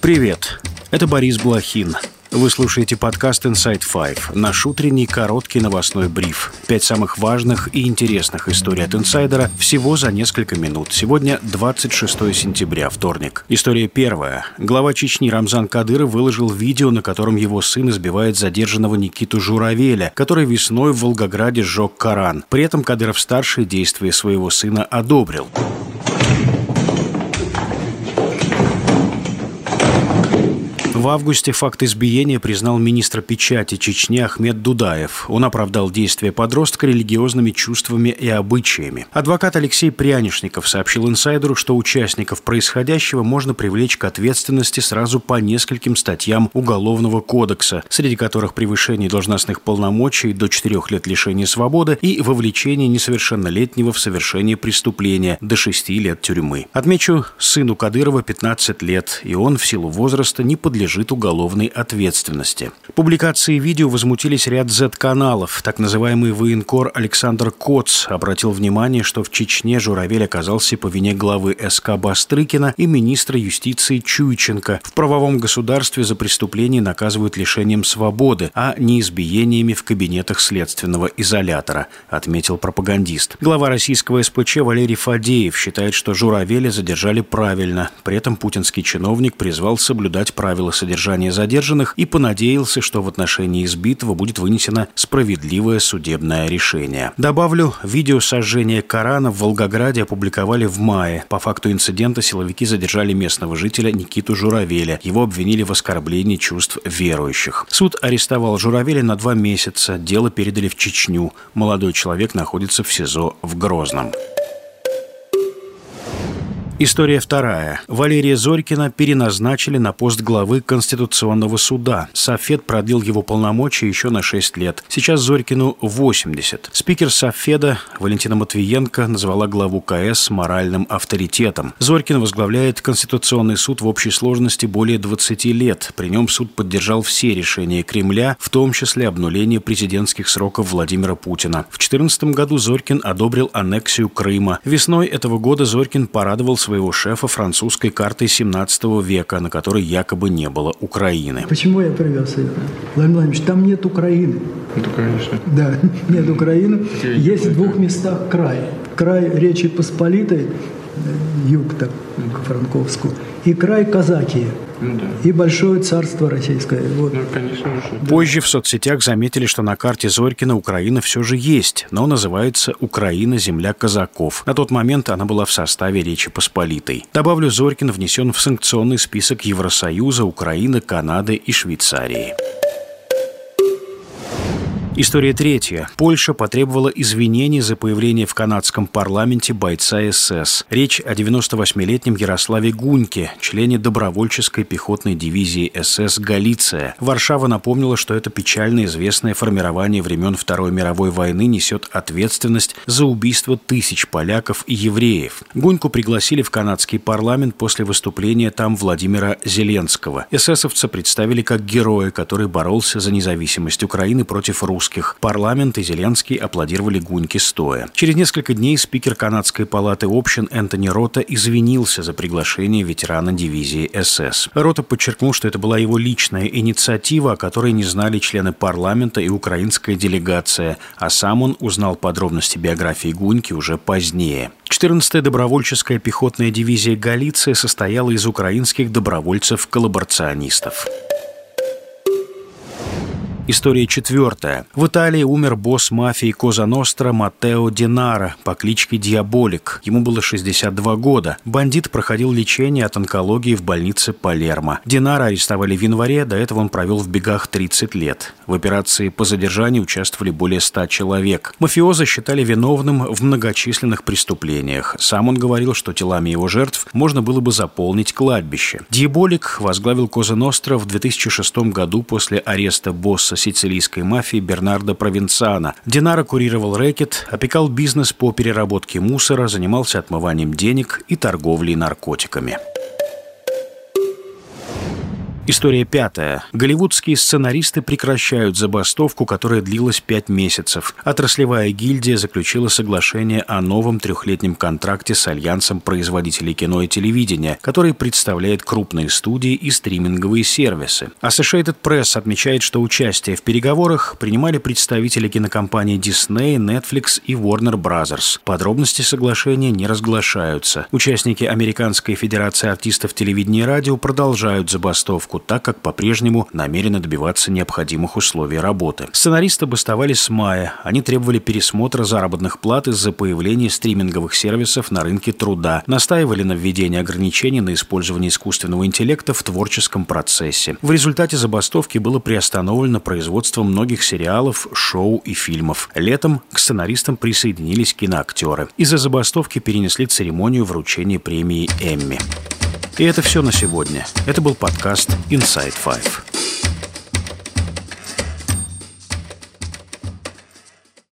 Привет, это Борис Блохин. Вы слушаете подкаст Inside Five, наш утренний короткий новостной бриф. 5 самых важных и интересных историй от инсайдера всего за несколько минут. Сегодня 26 сентября, вторник. История первая. Глава Чечни Рамзан Кадыров выложил видео, на котором его сын избивает задержанного Никиту Журавеля, который весной в Волгограде сжег Коран. При этом Кадыров-старший действия своего сына одобрил. В августе факт избиения признал министр печати Чечни Ахмед Дудаев. Он оправдал действия подростка религиозными чувствами и обычаями. Адвокат Алексей Прянишников сообщил инсайдеру, что участников происходящего можно привлечь к ответственности сразу по нескольким статьям Уголовного кодекса, среди которых превышение должностных полномочий до 4 лет лишения свободы и вовлечение несовершеннолетнего в совершение преступления до 6 лет тюрьмы. Отмечу, сыну Кадырова 15 лет, и он в силу возраста не подлежит уголовной ответственности. Публикации видео возмутились ряд Z-каналов. Так называемый военкор Александр Коц обратил внимание, что в Чечне Журавель оказался по вине главы СК Бастрыкина и министра юстиции Чуйченко. В правовом государстве за преступления наказывают лишением свободы, а не избиениями в кабинетах следственного изолятора, отметил пропагандист. Глава российского СПЧ Валерий Фадеев считает, что Журавеля задержали правильно. При этом путинский чиновник призвал соблюдать правила содержания задержанных и понадеялся, что в отношении избитого будет вынесено справедливое судебное решение. Добавлю, видео сожжения Корана в Волгограде опубликовали в мае. По факту инцидента силовики задержали местного жителя Никиту Журавеля. Его обвинили в оскорблении чувств верующих. Суд арестовал Журавеля на 2 месяца. Дело передали в Чечню. Молодой человек находится в СИЗО в Грозном. История вторая. Валерия Зорькина переназначили на пост главы Конституционного суда. Совет продлил его полномочия еще на 6 лет. Сейчас Зорькину 80. Спикер Совфеда Валентина Матвиенко назвала главу КС моральным авторитетом. Зорькин возглавляет Конституционный суд в общей сложности более 20 лет. При нем суд поддержал все решения Кремля, в том числе обнуление президентских сроков Владимира Путина. В 2014 году Зорькин одобрил аннексию Крыма. Весной этого года Зорькин порадовал своего шефа французской картой 17 века, на которой якобы не было Украины. Почему я привез ее? Владимир Владимирович, там нет Украины. Это, конечно. Да, нет Украины. Есть в 2 местах край. Край Речи Посполитой, юг так, Франковскую, и край Казакии. И Большое царство российское. Вот. Конечно же. Позже в соцсетях заметили, что на карте Зорькина Украина все же есть, но называется «Украина, земля казаков». На тот момент она была в составе Речи Посполитой. Добавлю, Зорькин внесен в санкционный список Евросоюза, Украины, Канады и Швейцарии. История третья. Польша потребовала извинений за появление в канадском парламенте бойца СС. Речь о 98-летнем Ярославе Гуньке, члене добровольческой пехотной дивизии СС «Галиция». Варшава напомнила, что это печально известное формирование времен Второй мировой войны несет ответственность за убийство тысяч поляков и евреев. Гуньку пригласили в канадский парламент после выступления там Владимира Зеленского. Эсэсовца представили как героя, который боролся за независимость Украины против русских. Парламент и Зеленский аплодировали Гуньке стоя. Через несколько дней спикер Канадской палаты общин Энтони Рота извинился за приглашение ветерана дивизии СС. Рота подчеркнул, что это была его личная инициатива, о которой не знали члены парламента и украинская делегация, а сам он узнал подробности биографии Гуньки уже позднее. 14-я добровольческая пехотная дивизия «Галиция» состояла из украинских добровольцев-коллаборационистов. История четвертая. В Италии умер босс мафии Коза Ностра Маттео Денаро по кличке Диаболик. Ему было 62 года. Бандит проходил лечение от онкологии в больнице Палермо. Денаро арестовали в январе, до этого он провел в бегах 30 лет. В операции по задержанию участвовали более 100 человек. Мафиоза считали виновным в многочисленных преступлениях. Сам он говорил, что телами его жертв можно было бы заполнить кладбище. Диаболик возглавил Коза Ностра в 2006 году после ареста босса сицилийской мафии Бернардо Провенцано. Денаро курировал рэкет, опекал бизнес по переработке мусора, занимался отмыванием денег и торговлей наркотиками. История пятая. Голливудские сценаристы прекращают забастовку, которая длилась 5 месяцев. Отраслевая гильдия заключила соглашение о новом 3-летнем контракте с Альянсом производителей кино и телевидения, который представляет крупные студии и стриминговые сервисы. Associated Press отмечает, что участие в переговорах принимали представители кинокомпаний Disney, Netflix и Warner Bros. Подробности соглашения не разглашаются. Участники Американской федерации артистов телевидения и радио продолжают забастовку, так как по-прежнему намерены добиваться необходимых условий работы. Сценаристы бастовали с мая. Они требовали пересмотра заработных плат из-за появления стриминговых сервисов на рынке труда, настаивали на введении ограничений на использование искусственного интеллекта в творческом процессе. В результате забастовки было приостановлено производство многих сериалов, шоу и фильмов. Летом к сценаристам присоединились киноактеры. Из-за забастовки перенесли церемонию вручения премии «Эмми». И это все на сегодня. Это был подкаст Inside Five.